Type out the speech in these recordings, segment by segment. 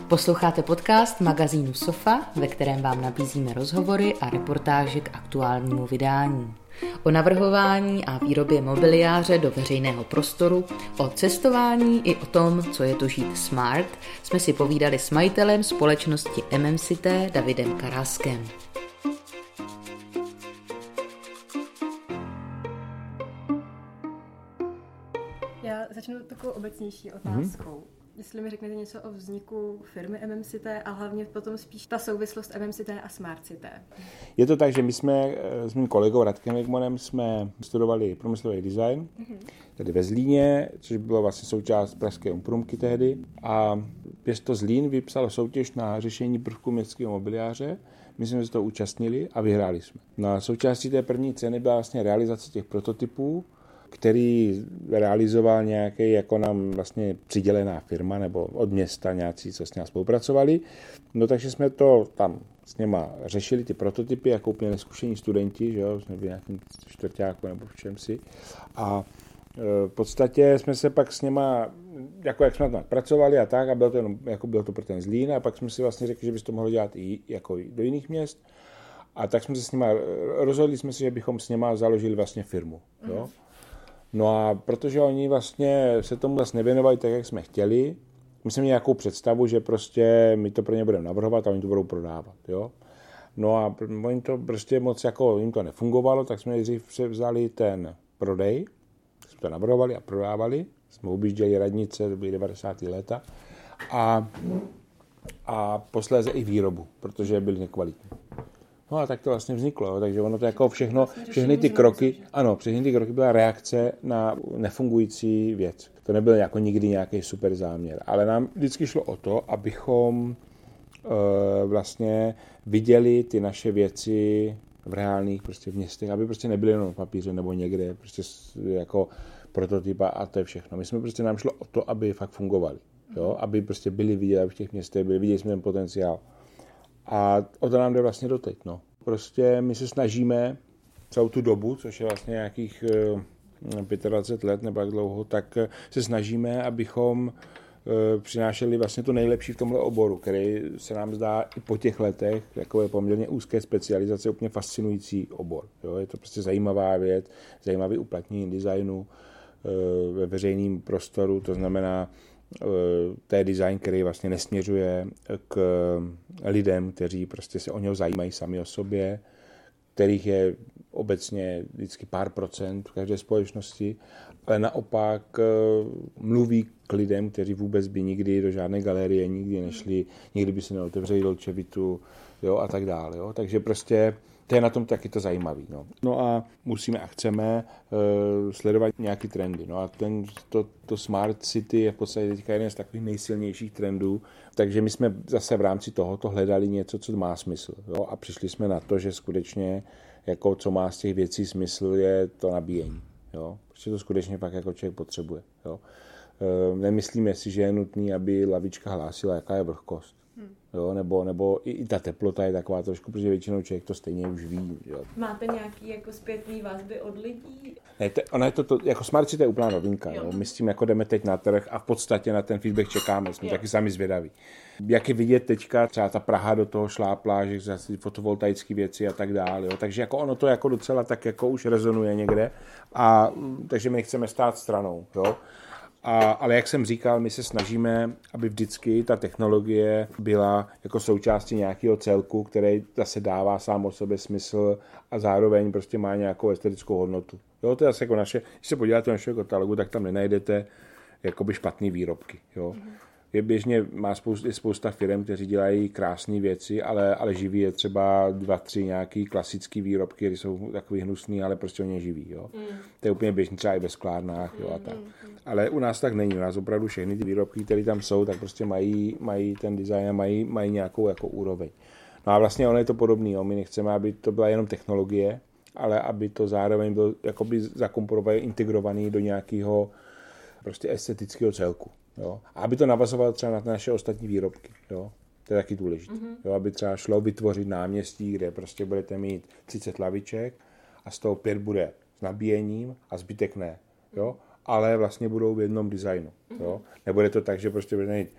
Posloucháte podcast magazínu Sofa, ve kterém vám nabízíme rozhovory a reportáže k aktuálnímu vydání. O navrhování a výrobě mobiliáře do veřejného prostoru, o cestování i o tom, co je to žít smart, jsme si povídali s majitelem společnosti MMCité Davidem Karáskem. Já začnu takovou obecnější otázkou. Jestli mi řeknete něco o vzniku firmy MMCité a hlavně potom spíš ta souvislost MMCité a SmartCité. Je to tak, že my jsme s mým kolegou Radkem Wegmanem jsme studovali průmyslový design tady ve Zlíně, což bylo vlastně součást pražské Umprumky tehdy. A město Zlín vypsalo soutěž na řešení prvků městského mobiliáře. My jsme se toho účastnili a vyhráli jsme. Na součástí té první ceny byla vlastně realizace těch prototypů, který realizoval nějaký jako nám vlastně přidělená firma nebo od města nějací, co s ním spolupracovali. No takže jsme to tam s něma řešili ty prototypy, jako úplně neskušení studenti, že jo, jsme byli nějakým čtvrťáku nebo v čem si. A v podstatě jsme se pak s něma, jako jak jsme tam pracovali a tak, a bylo to jenom, jako bylo to pro ten Zlín, a pak jsme si vlastně řekli, že by se to mohlo dělat i jako do jiných měst. A tak jsme se s nima, rozhodli jsme si, že bychom s něma založili vlastně firmu, jo. No a protože oni vlastně se tomu vlastně nevěnovali tak, jak jsme chtěli, my jsme měli nějakou představu, že prostě my to pro ně budeme navrhovat a oni to budou prodávat, jo. No a oni to prostě moc jako, jim to nefungovalo, tak jsme nejdřív převzali ten prodej, jsme to navrhovali a prodávali, jsme objížděli radnice, to byly 90. léta a posléze i výrobu, protože byly nekvalitní. No a tak to vlastně vzniklo, takže ono to jako všechny ty kroky byla reakce na nefungující věc. To nebyl jako nikdy nějaký super záměr, ale nám vždycky šlo o to, abychom vlastně viděli ty naše věci v reálných prostě v městech, aby prostě nebyly jenom v papíře nebo někde, prostě jako prototypa a to je všechno. My jsme prostě, nám šlo o to, aby fakt fungovaly, jo? Aby prostě byli vidět, aby v těch městech byli, viděli jsme ten potenciál. A o to nám jde vlastně doteď, no. Prostě my se snažíme celou tu dobu, což je vlastně nějakých 25 let nebo jak dlouho, tak se snažíme, abychom přinášeli vlastně to nejlepší v tomhle oboru, který se nám zdá i po těch letech, jako je poměrně úzké specializace, úplně fascinující obor. Jo? Je to prostě zajímavá věc, zajímavý uplatnění designu ve veřejném prostoru, to znamená, to je design, který vlastně nesměřuje k lidem, kteří prostě se o něho zajímají sami o sobě, kterých je obecně vždycky pár procent v každé společnosti, ale naopak mluví k lidem, kteří vůbec by nikdy do žádné galerie nikdy nešli, nikdy by si neotevřeli Dolce Vitu, jo, a tak dále. Jo. Takže prostě to je na tom taky to zajímavý. No a musíme a chceme sledovat nějaký trendy. No a to Smart City je v podstatě teďka jeden z takových nejsilnějších trendů, takže my jsme zase v rámci tohoto hledali něco, co má smysl. Jo? A přišli jsme na to, že skutečně jako co má z těch věcí smysl, je to nabíjení. Jo? Protože to skutečně fakt jako člověk potřebuje. Jo? Nemyslíme si, že je nutný, aby lavička hlásila, jaká je vlhkost. Jo, nebo i ta teplota je taková trošku, protože většinou člověk to stejně už ví. Jo. Máte nějaký jako zpětný vazby od lidí? Ne, ona je to jako Smart City je úplná novinka. Jo. My s tím jako jdeme teď na trh a v podstatě na ten feedback čekáme. Jsme taky sami zvědaví. Jak je vidět teďka, třeba ta Praha do toho šlápla, že zase fotovoltaické věci a tak dále. Jo. Takže jako ono to jako docela tak jako už rezonuje někde. A takže my nechceme stát stranou. Jo. Ale jak jsem říkal, my se snažíme, aby vždycky ta technologie byla jako součástí nějakého celku, který zase dává sám o sobě smysl a zároveň prostě má nějakou estetickou hodnotu. Jo, to je zase jako naše, když se podíváte na našeho katalogu, tak tam nenajdete jakoby špatné výrobky. Jo. Je běžně, má spousta firm, kteří dělají krásné věci, ale živí je třeba 2-3 nějaký klasický výrobky, které jsou takový hnusný, ale prostě oni živí. Jo. To je úplně běžný, třeba i ve sklárnách. Jo, a tak. Ale u nás tak není. U nás opravdu všechny ty výrobky, které tam jsou, tak prostě mají ten design a mají nějakou jako úroveň. No a vlastně ono je to podobný. Jo. My nechceme, aby to byla jenom technologie, ale aby to zároveň bylo jakoby zakomponované, integrovaný do nějakého prostě estetického celku. Jo? A aby to navazovalo třeba na naše ostatní výrobky. Jo? To je taky důležité. Jo? Aby třeba šlo vytvořit náměstí, kde prostě budete mít 30 laviček a z toho 5 bude s nabíjením a zbytek ne. Jo? Ale vlastně budou v jednom designu. Jo? Nebude to tak, že prostě budete mít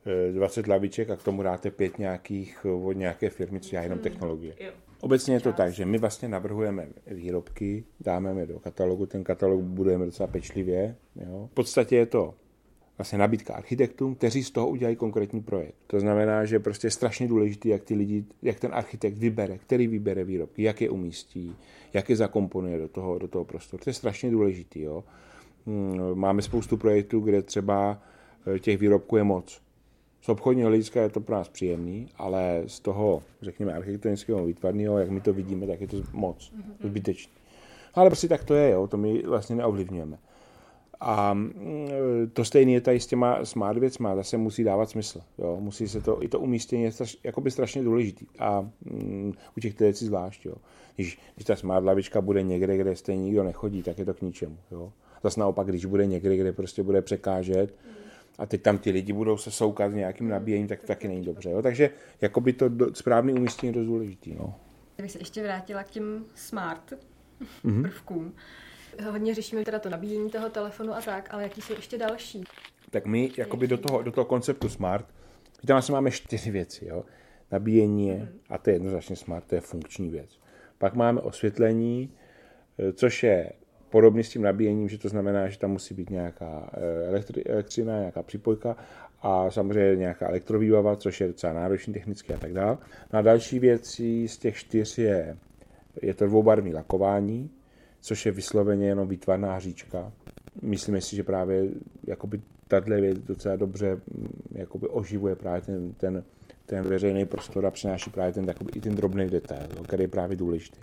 20 laviček a k tomu dáte 5 nějakých od nějaké firmy, co dělá jenom technologie. Obecně je to tak, že my vlastně navrhujeme výrobky, dáme je do katalogu, ten katalog budujeme docela pečlivě. Jo. V podstatě je to vlastně nabídka architektům, kteří z toho udělají konkrétní projekt. To znamená, že prostě je strašně důležité, jak ten architekt vybere, který vybere výrobky, jak je umístí, jak je zakomponuje do toho prostoru. To je strašně důležité. Jo. Máme spoustu projektů, kde třeba těch výrobků je moc. Z obchodního hlediska je to pro nás příjemný, ale z toho, řekněme, architektonického výtvarného, jak my to vidíme, tak je to moc, zbytečný. Ale prostě tak to je, jo, to my vlastně neovlivňujeme. A to stejné je tady s těma smart věcma, zase musí dávat smysl. Jo? Musí se to, i to umístění je jakoby strašně důležitý. A u těch věcí zvlášť. Jo? Když ta smart lavička bude někde, kde stejně nikdo nechodí, tak je to k ničemu. Jo? Zase naopak, když bude někde, kde prostě bude překážet a teď tam ty lidi budou se soukat s nějakým nabíjením, tak to taky není dobře. Jo? Takže jakoby to správné umístění je dost důležitý. No. Kdybych se ještě vrátila k těm smart prvkům. Hodně řešíme teda to nabíjení toho telefonu a tak, ale jaký jsou ještě další? Tak my jakoby do toho konceptu smart, tam vlastně máme 4 věci. Jo? Nabíjení je, a to je jednoznačně smart, to je funkční věc. Pak máme osvětlení, což je podobně s tím nabíjením, že to znamená, že tam musí být nějaká elektřina, nějaká připojka a samozřejmě nějaká elektrovýbava, což je docela náročný technicky a tak dále. No a další věcí z těch 4 je to dvoubarvné lakování, což je vysloveně jenom výtvarná hříčka. Myslíme si, že právě jakoby tato věc docela dobře jakoby oživuje právě ten veřejný prostor a přináší právě i ten drobný detail, který je právě důležitý.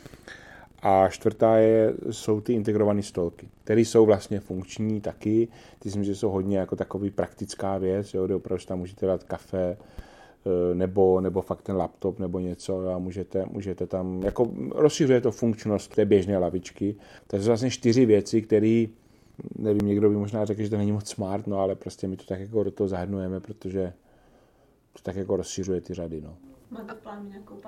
A 4. jsou ty integrované stolky, které jsou vlastně funkční taky. Ty si myslím, že jsou hodně jako takový praktická věc, jo, kde opravdu tam můžete dát kafe, nebo fakt ten laptop nebo něco a můžete tam, jako rozšiřuje to funkčnost té běžné lavičky. Takže jsou vlastně 4 věci, které, nevím, někdo by možná řekl, že to není moc smart, no ale prostě my to tak jako do toho zahrnujeme, protože to tak jako rozšiřuje ty řady, no. Máte v plánu nějakou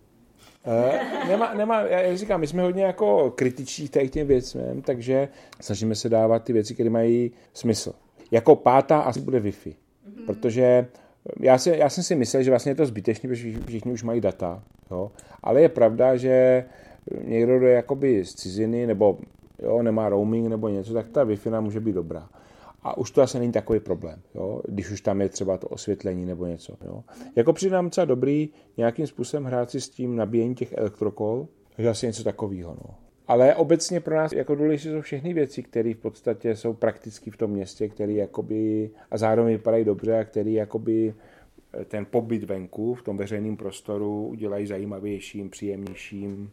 5? Nemá, já říkám, my jsme hodně jako kritičtí k těm věcem, takže snažíme se dávat ty věci, které mají smysl. Jako 5. asi bude Wi-Fi, protože já jsem si myslel, že vlastně je to zbytečný, protože všichni už mají data, jo? Ale je pravda, že někdo, kdo je jakoby z ciziny, nebo jo, nemá roaming nebo něco, tak ta Wi-Fi může být dobrá. A už to asi není takový problém, jo? Když už tam je třeba to osvětlení nebo něco. Jo? Jako přijde nám třeba dobrý nějakým způsobem hrát si s tím nabíjení těch elektrokol, takže asi něco takového. No. Ale obecně pro nás jako důležité jsou všechny věci, které v podstatě jsou praktické v tom městě, které jakoby a zároveň vypadají dobře a které jakoby ten pobyt venku v tom veřejném prostoru udělají zajímavějším, příjemnějším,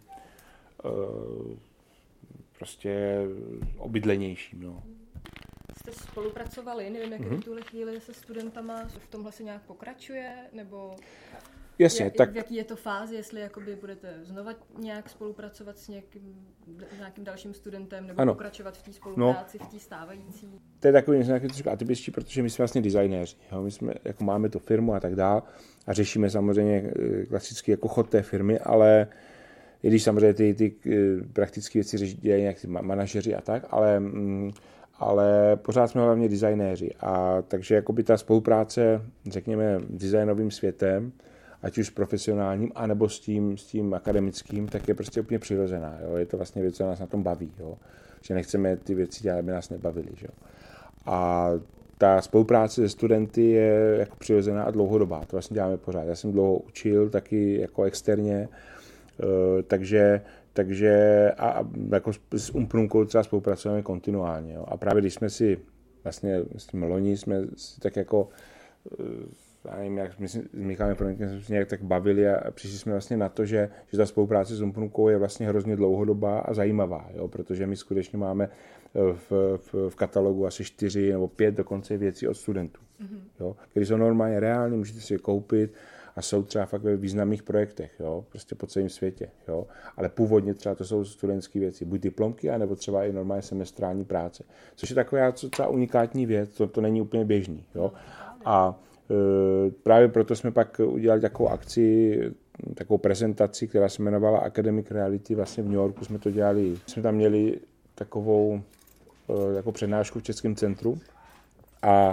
prostě obydlenější. No. Jste spolupracovali, nevím, jak v tuhle chvíli se studentama, v tomhle se nějak pokračuje, nebo jasně, v jaký je to fázi, jestli jakoby budete znova nějak spolupracovat s nějakým dalším studentem, nebo pokračovat v té spolupráci, v té stávající? To je takový nějaký trošku atypičtí, protože my jsme vlastně designéři. Jo? My jsme, jako máme tu firmu a tak dále a řešíme samozřejmě klasický jako chod té firmy, ale i když samozřejmě ty praktické věci řeší nějak ty manažeři a tak, ale pořád jsme hlavně designéři a takže jakoby ta spolupráce, řekněme, s designovým světem, ať už s profesionálním, anebo s tím akademickým, tak je prostě úplně přirozená. Jo? Je to vlastně věc, co nás na tom baví. Jo? Že nechceme ty věci dělat, aby nás nebavily. Jo? A ta spolupráce se studenty je jako přirozená a dlouhodobá. To vlastně děláme pořád. Já jsem dlouho učil, taky jako externě, takže a jako s Umprumkou třeba spolupracujeme kontinuálně. Jo? A právě když jsme si vlastně s tím loni jsme si tak jako já nevím, jak my s Michalem Proněkem jsme se nějak tak bavili a přišli jsme vlastně na to, že ta spolupráce s Umprumkou je vlastně hrozně dlouhodobá a zajímavá, jo? Protože my skutečně máme v katalogu asi 4 nebo 5 dokonce věcí od studentů, jo? Které jsou normálně reální, můžete si je koupit a jsou třeba fakt ve významných projektech, jo? Prostě po celém světě. Jo? Ale původně třeba to jsou studentské věci, buď diplomky, anebo třeba i normálně semestrální práce. Což je taková třeba unikátní věc, to není úplně běžný. Jo? A právě proto jsme pak udělali takovou akci, takovou prezentaci, která se jmenovala Academic Reality, vlastně v New Yorku jsme to dělali. Jsme tam měli takovou jako přednášku v Českém centru a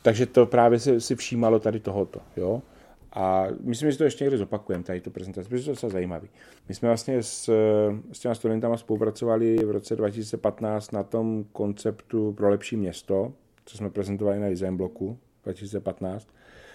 Takže to právě si všímalo tady tohoto, jo. A myslím, že to ještě někdy zopakujeme, tady tu prezentaci, protože to je docela zajímavý. My jsme vlastně s těma studentama spolupracovali v roce 2015 na tom konceptu pro lepší město, co jsme prezentovali na Design bloku 2015,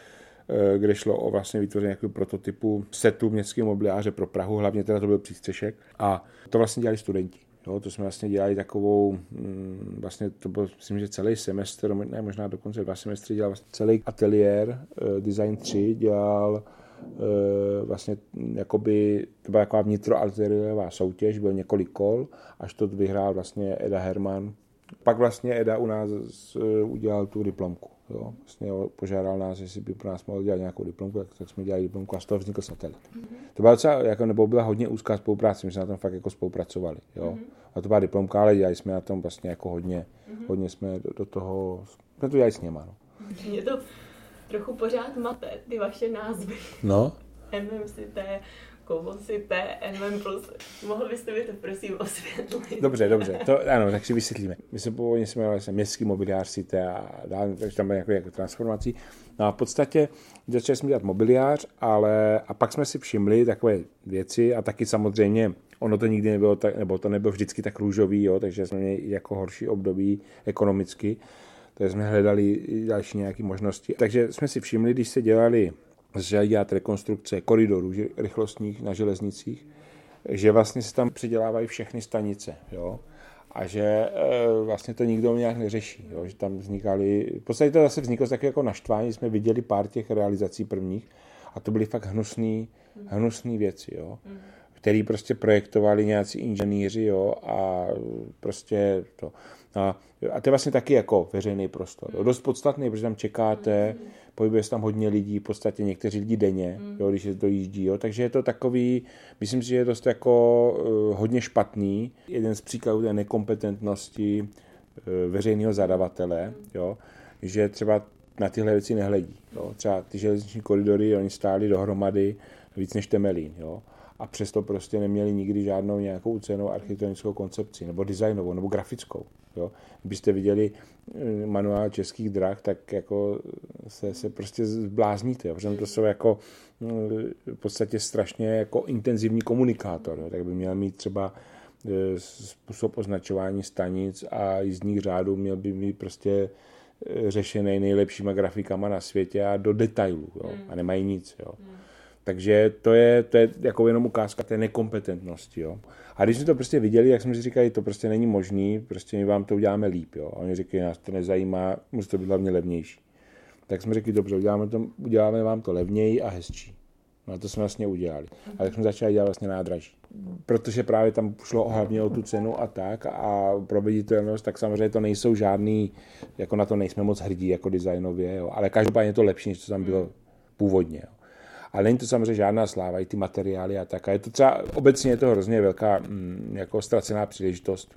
kde šlo o vlastně vytvoření nějakého prototypu setu městského mobiliáře pro Prahu, hlavně teda to byl přístřešek. A to vlastně dělali studenti. Jo, to jsme vlastně dělali takovou, vlastně to byl, myslím, že celý semestr, ne, možná dokonce 2 semestry, dělal vlastně celý ateliér Design 3, dělal vlastně jakoby, to byla taková vnitroateliérová soutěž, byl několik kol, až to vyhrál vlastně Eda Herman. Pak vlastně Eda u nás udělal tu diplomku. Jo. Vlastně požádal nás, jestli by pro nás mohl dělat nějakou diplomku, tak jsme dělali diplomku a z toho vznikl satelit. To byla docela, jako, nebo byla hodně úzká spolupráce, my jsme na tom fakt jako spolupracovali. Jo. A to byla diplomka, ale dělali jsme na tom vlastně jako hodně jsme do toho, jsme to dělali s něma. No. Mě to trochu pořád mate, ty vaše názvy. No. MMCT, Kovocité, NM+. Mohl byste mi to prosím osvětlit? Dobře, to ano, tak si vysvětlíme. My jsme původně jmenovali městský mobiliář Cité a dál, takže tam byla jako transformací. No a v podstatě začali jsme dělat mobiliář, a pak jsme si všimli takové věci a taky samozřejmě ono to nikdy nebylo tak, nebo to nebylo vždycky tak růžový, jo, takže jsme měli jako horší období ekonomicky, takže jsme hledali další nějaké možnosti. Takže jsme si všimli, když se začali dělat rekonstrukce koridorů rychlostních na železnicích, že vlastně se tam předělávají všechny stanice, jo, a že vlastně to nikdo nějak neřeší, jo, že tam vznikaly, v podstatě to zase vzniklo tak jako naštvání, jsme viděli pár těch realizací prvních a to byly fakt hnusný věci, jo, který prostě projektovali nějací inženýři, jo, a prostě to. A to je vlastně taky jako veřejný prostor. Jo, dost podstatný, protože tam čekáte, pohybuje se tam hodně lidí, v podstatě někteří lidi denně, jo, když se dojíždí, jo, takže je to takový, myslím si, že je dost jako hodně špatný. Jeden z příkladů té nekompetentnosti veřejného zadavatele, jo, že třeba na tyhle věci nehledí. Jo. Třeba ty železniční koridory, oni stáli dohromady víc než Temelín, jo. A přesto prostě neměli nikdy žádnou nějakou ucenou architektonickou koncepci, nebo designovou, nebo grafickou. Jo. Kdybyste viděli manuál Českých drah, tak jako se prostě zblázníte, jo. Protože to jsou jako v podstatě strašně jako intenzivní komunikátor. Jo. Tak by měl mít třeba způsob označování stanic a jízdních řádů, měl by mít prostě řešený nejlepšíma grafikama na světě a do detailů. Jo. A nemají nic. Jo. Takže to je jako jenom ukázka té nekompetentnosti. Jo. A když jsme to prostě viděli, jak jsme si říkali, to prostě není možný, prostě my vám to uděláme líp. Jo. A oni říkají, nás to nezajímá, musí to být hlavně levnější. Tak jsme řekli, dobře, uděláme vám to levněji a hezčí. No a to jsme vlastně udělali. A tak jsme začali dělat vlastně nádraží. Protože právě tam šlo hlavně o tu cenu a tak a proveditelnost, tak samozřejmě to nejsou žádný, jako na to nejsme moc hrdí jako designově, jo. Ale každopádně je to lepší, než to tam bylo původně. Jo. Ale není to samozřejmě žádná sláva, i ty materiály a tak. A je to třeba, obecně je to hrozně velká jako ztracená příležitost,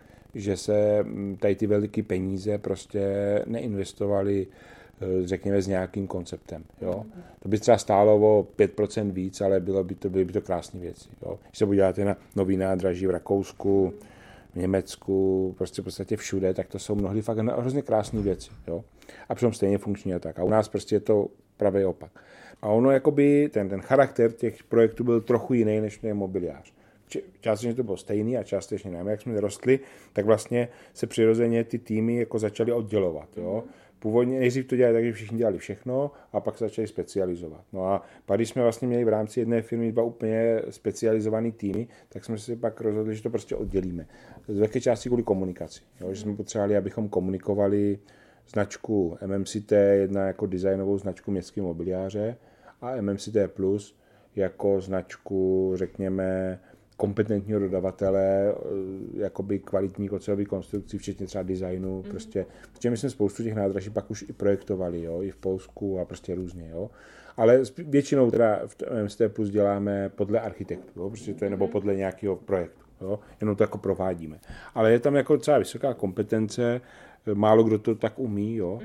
že se tady ty veliké peníze prostě neinvestovaly, řekněme, s nějakým konceptem. Jo. To by třeba stálo o 5% víc, ale byly by to krásné věci. Jo. Když se podíváte na nový nádraží v Rakousku, v Německu, prostě v podstatě všude, tak to jsou mnohdy fakt hrozně krásné věci. Jo. A přitom stejně funkční a tak. A u nás prostě je to pravý opak. A ono jakoby, ten charakter těch projektů byl trochu jiný, než je mobiliář. Částečně to bylo stejný a částečně ne. Jak jsme rostli, tak vlastně se přirozeně ty týmy jako začaly oddělovat. Jo. Původně nejdřív to dělali tak, že všichni dělali všechno a pak se začali specializovat. No a pak, když jsme vlastně měli v rámci jedné firmy 2 úplně specializované týmy, tak jsme si pak rozhodli, že to prostě oddělíme. Z velké části kvůli komunikaci. Jo. Že jsme potřebovali, abychom komunikovali značku MMCT, jedna jako designovou značku městského mobiliáře a MMCT Plus jako značku, řekněme, kompetentního dodavatele, jakoby kvalitní ocelových konstrukcí, včetně třeba designu, prostě, protože my jsme spoustu těch nádraží pak už i projektovali, jo, i v Polsku a prostě různě, jo. Ale většinou teda v MMCT Plus děláme podle architektů, jo, prostě to je nebo podle nějakého projektu, jo, jenom to jako provádíme. Ale je tam jako docela vysoká kompetence, málo kdo to tak umí, jo.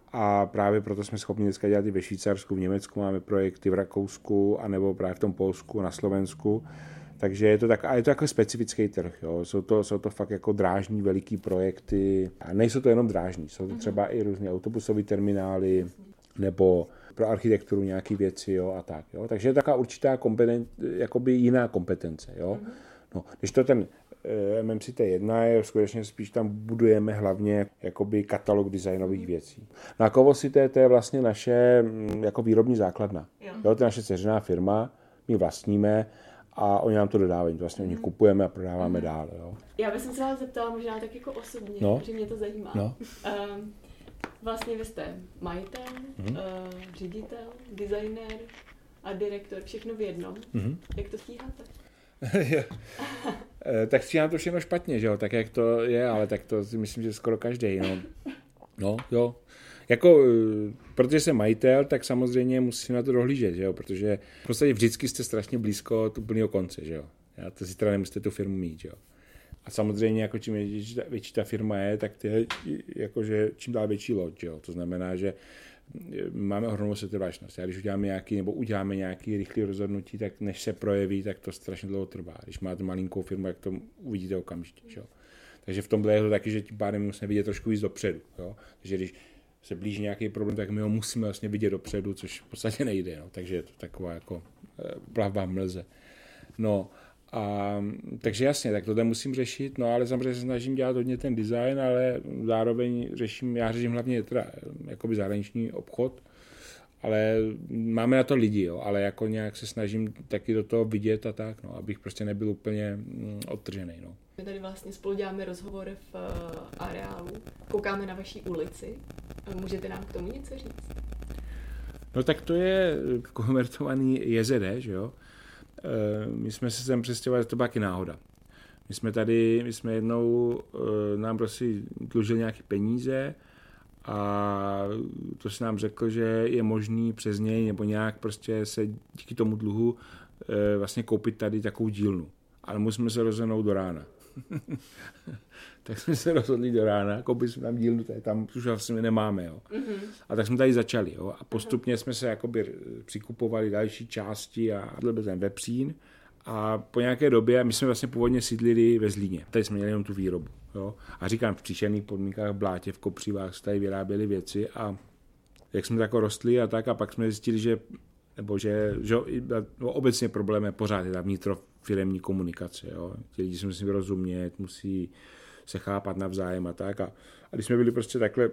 A právě proto jsme schopni dneska dělat i ve Švýcarsku, v Německu máme projekty v Rakousku, anebo právě v tom Polsku, na Slovensku. Takže je to jako specifický trh. Jo. Jsou to fakt jako drážní veliký projekty. A nejsou to jenom drážní, jsou to třeba i různé autobusové terminály nebo pro architekturu nějaké věci, jo, a tak. Jo. Takže je taková určitá jakoby jiná kompetence. Jo. No, když to ten MMCT 1 je skutečně spíš tam budujeme hlavně jakoby katalog designových věcí. Na Kovosité to je vlastně naše jako výrobní základna. Jo, to je naše dceřiná firma, my vlastníme a oni nám to dodávají. Vlastně oni kupujeme a prodáváme dál. Jo. Já bych se vás zeptala možná tak jako osobně, protože mě to zajímá. No. Vlastně vy jste majitel, ředitel, designér a direktor, všechno v jednom. Jak to stíháte? Tak stíhám to všechno špatně, že jo, tak jak to je, ale tak to si myslím, že skoro každý, no, jo. Jako, protože jsem majitel, tak samozřejmě musím na to dohlížet, že jo, protože v podstatě vždycky jste strašně blízko od úplného konce, že jo. Já to si teda nemusíte tu firmu mít, že jo. A samozřejmě, jako čím větší ta firma je, tak ty je jakože čím dál větší loď, že jo. To znamená, že máme ohromnou setrvačnost. A když uděláme nějaký rychlý rozhodnutí, tak než se projeví, tak to strašně dlouho trvá. Když máte malinkou firmu, tak to uvidíte okamžitě. Že? Takže v tomhle je to taky, že tím pádem musíme vidět trošku víc dopředu. Jo? Takže když se blíží nějaký problém, tak my ho musíme vlastně vidět dopředu, což v podstatě nejde. No? Takže je to taková jako plavba v mlze. No, takže jasně, tak tohle musím řešit, no ale samozřejmě se snažím dělat hodně ten design, ale zároveň řeším hlavně teda jakoby zahraniční obchod, ale máme na to lidi, jo, ale jako nějak se snažím taky do toho vidět a tak, no, abych prostě nebyl úplně odtržený, no. My tady vlastně spolu děláme rozhovor v areálu, koukáme na vaší ulici, můžete nám k tomu něco říct? No tak to je konvertovaný JZD, že jo. My jsme se sem přestěhovali, to byla taky náhoda. My jsme jednou, nám prostě dlužil nějaké peníze a to si nám řekl, že je možný přes něj nebo nějak prostě se díky tomu dluhu vlastně koupit tady takovou dílnu. Ale musíme se rozhodnout do rána. Tak jsme se rozhodli do rána, koupili jsme tam dílnu, tam už vlastně nemáme. Jo. A tak jsme tady začali. Jo. A postupně jsme se jakoby přikupovali další části a byl ten vepřín. A po nějaké době, my jsme vlastně původně sídlili ve Zlíně. Tady jsme měli jenom tu výrobu. Jo. A říkám, v příšerných podmínkách v blátě, v kopřivách se tady vyráběly věci a jak jsme tak rostli a tak a pak jsme zjistili, že obecně problém je pořád je ta vnitrofiremní komunikace. Jo. Ti lidi se musí rozumět, musí se chápat navzájem a tak. A když jsme byli prostě takhle,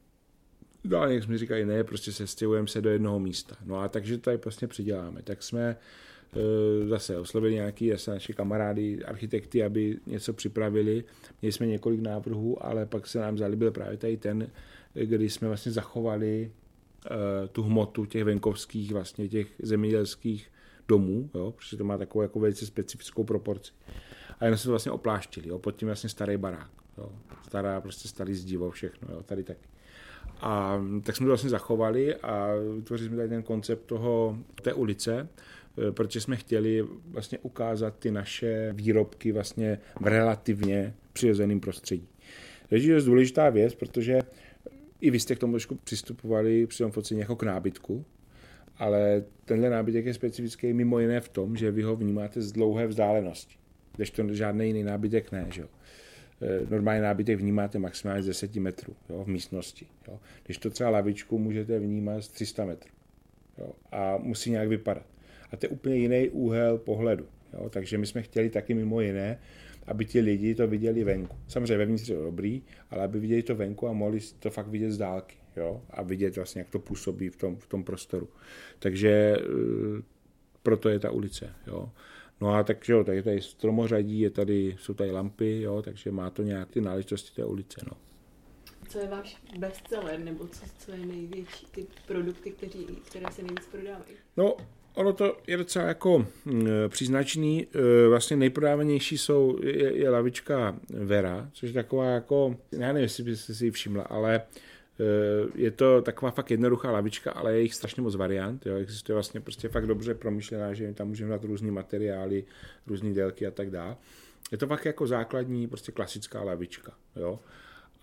jak jsme říkali, ne, prostě se stěhujeme se do jednoho místa. No a takže tady prostě přiděláme. Tak jsme zase oslovili nějaký naši kamarády, architekty, aby něco připravili. Měli jsme několik návrhů, ale pak se nám zalíbil právě tady ten, kdy jsme vlastně zachovali tu hmotu těch venkovských, vlastně těch zemědělských domů, jo, protože to má takovou jako velice specifickou proporci. A jenom se to vlastně opláštili, jo, pod tím vlastně starý barák, jo, starý zdivo, všechno, jo, tady taky. A tak jsme to vlastně zachovali a vytvořili jsme tady ten koncept té ulice, protože jsme chtěli vlastně ukázat ty naše výrobky vlastně v relativně přirozeném prostředí. Takže je to důležitá věc, protože i vy jste k tomu trošku přistupovali při tom focení jako k nábytku, ale tenhle nábytek je specifický mimo jiné v tom, že vy ho vnímáte z dlouhé vzdálenosti. Když to žádný jiný nábytek ne, že jo. Normální nábytek vnímáte maximálně z 10 metrů, jo, v místnosti. Jo. Když to třeba lavičku můžete vnímat z 300 metrů. Jo, a musí nějak vypadat. A to je úplně jiný úhel pohledu. Jo. Takže my jsme chtěli taky mimo jiné, aby ti lidi to viděli venku. Samozřejmě vevnitř je to dobrý, ale aby viděli to venku a mohli to fakt vidět z dálky. Jo. A vidět vlastně, jak to působí v tom prostoru. Takže proto je ta ulice. Jo. No a takže jo, tady stromořadí, jsou tady lampy, jo, takže má to nějaké ty náležitosti té ulice. No. Co je váš bestseller, nebo co je největší ty produkty, které se nejvíc prodávají? No, ono to je docela jako příznačný. Vlastně nejprodávanější je lavička Vera, což je taková jako, já nevím, jestli byste si ji všimla, ale je to taková fakt jednoduchá lavička, ale je jich strašně moc variant. Jo. Existuje vlastně prostě fakt dobře promyšlená, že tam můžeme dát různý materiály, různé délky a tak dále. Je to fakt jako základní, prostě klasická lavička. Jo.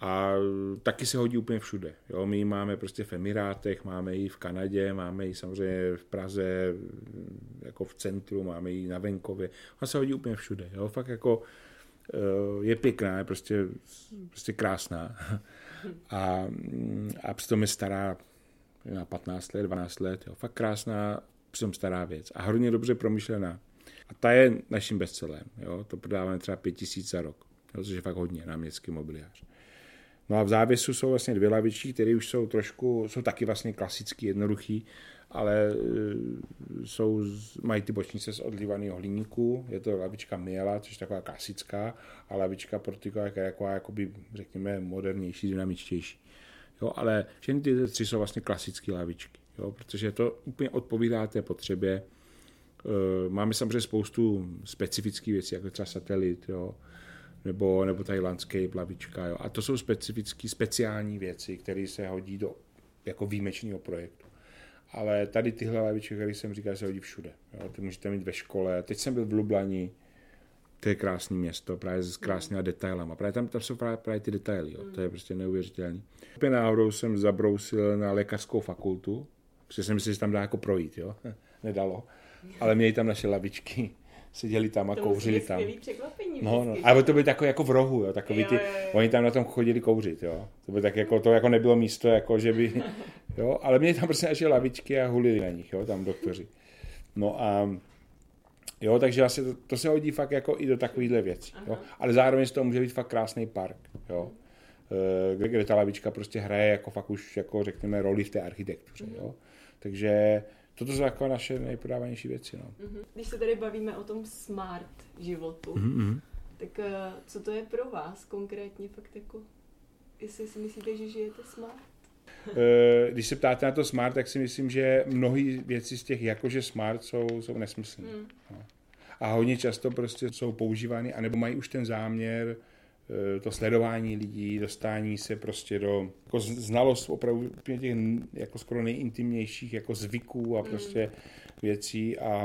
A taky se hodí úplně všude. Jo? My ji máme prostě v Emirátech, máme ji v Kanadě, máme ji samozřejmě v Praze, jako v centru, máme ji na venkově. Ona se hodí úplně všude. Jo? Fakt jako je pěkná, je prostě krásná. A přitom je stará na 15 let, 12 let. Jo? Fakt krásná, přitom stará věc. A hodně dobře promyšlená. A ta je naším bestsellerem. Jo? To prodáváme třeba 5000 za rok. Jo? Což je fakt hodně na městský mobiliář. No a v závěsu jsou vlastně 2 lavičky, které už jsou taky vlastně klasický, jednoduchý, ale mají ty bočnice z odlívaného hliníku. Je to lavička Miela, což je taková klasická, a lavička Portico je jakoby, řekněme, modernější, dynamičtější. Jo, ale všechny ty 3 jsou vlastně klasické lavičky, jo, protože to úplně odpovídá té potřebě. Máme samozřejmě spoustu specifických věcí, jako třeba satelit, jo, nebo tady landscape lavička. Jo. A to jsou speciální věci, které se hodí do jako výjimečného projektu. Ale tady tyhle lavičky, které jsem říkal, se hodí všude. Jo. Ty můžete mít ve škole. Teď jsem byl v Lublani, to je krásné město, právě s krásnými detailama. Právě tam jsou právě ty detaily, jo. To je prostě neuvěřitelné. Úplně náhodou jsem zabrousil na lékařskou fakultu, protože jsem myslel, že tam dá jako projít, jo. Nedalo. Ale měli tam naše lavičky. Seděli tam a kouřili tam. To překvapení. No. Ale to bylo takové jako v rohu, jo, takový jo. Oni tam na tom chodili kouřit, jo. To bylo tak jako, to jako nebylo místo, jako že by, jo, ale měli tam prostě naše lavičky a hulili na nich, jo, tam doktoři. No a jo, takže vlastně to se hodí fakt jako i do takovýchhle věcí, jo. Ale zároveň z toho může být fakt krásný park, jo. Kde ta lavička prostě hraje jako fakt už, jako řekněme, roli v té architektuře, jo. Takže toto jsou jako naše nejprodávanější věci. No. Když se tady bavíme o tom smart životu, tak co to je pro vás konkrétně fakt jako, jestli si myslíte, že žijete smart? Když se ptáte na to smart, tak si myslím, že mnohé věci z těch jakože smart jsou nesmyslné. No. A hodně často prostě jsou používány, anebo mají už ten záměr, to sledování lidí, dostání se prostě do jako znalost opravdu těch jako skoro nejintimnějších jako zvyků a prostě věcí a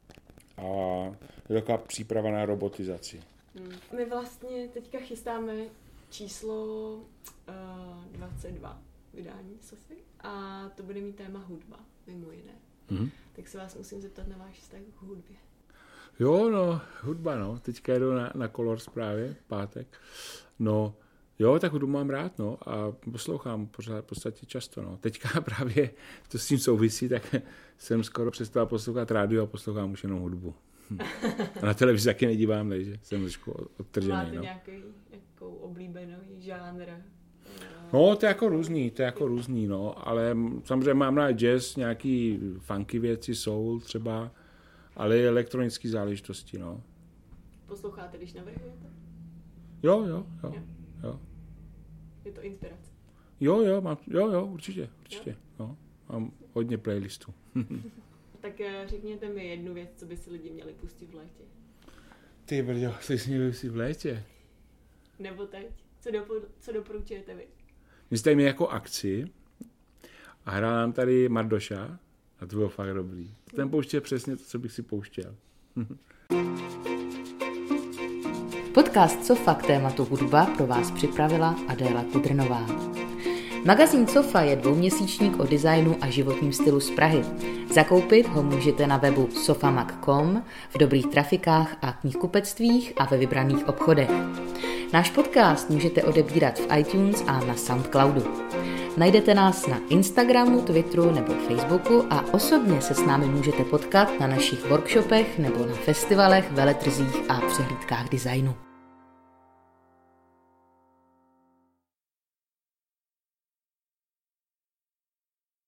je taková příprava na robotizaci. My vlastně teďka chystáme číslo 22 vydání Sofy a to bude mít téma hudba, mimo jiné. Tak se vás musím zeptat na váš vztah k hudbě. Jo, no, hudba, no. Teďka jedu na Colors právě, pátek. No, jo, tak hudbu mám rád, no, a poslouchám pořád v podstatě často, no. Teďka právě to s tím souvisí, tak jsem skoro přestal poslouchat rádio a poslouchám už jenom hudbu. A na televizi taky nedívám, takže jsem trošku odtržený, Máte no. nějakou oblíbenou žánr? No, to je jako různý, no, ale samozřejmě mám rád jazz, nějaký funky věci, soul třeba, ale i elektronické záležitosti, no. Posloucháte, když navrhujete? Jo. Je to inspirace? Jo, určitě. No, mám hodně playlistů. Tak řekněte mi jednu věc, co by si lidi měli pustit v létě. Ty brďo, co jsi měli pustit v létě? Nebo teď? Co doporučujete vy? My jste měli jako akci a hrál nám tady Mardoša a to bylo fakt dobrý. Ten pouštěl přesně to, co bych si pouštěl. Podcast Sofa k tématu hudba pro vás připravila Adéla Kudrnová. Magazín Sofa je 2měsíčník o designu a životním stylu z Prahy. Zakoupit ho můžete na webu sofamag.com, v dobrých trafikách a knihkupectvích a ve vybraných obchodech. Náš podcast můžete odebírat v iTunes a na Soundcloudu. Najdete nás na Instagramu, Twitteru nebo Facebooku a osobně se s námi můžete potkat na našich workshopech nebo na festivalech, veletrzích a přehlídkách designu.